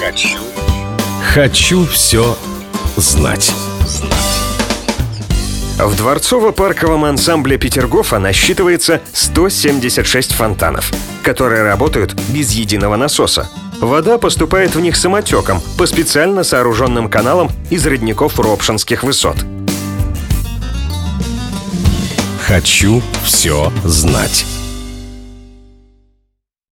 Хочу все знать. В дворцово-парковом ансамбле Петергофа насчитывается 176 фонтанов, которые работают без единого насоса. Вода поступает в них самотеком по специально сооруженным каналам из родников Ропшинских высот. Хочу все знать.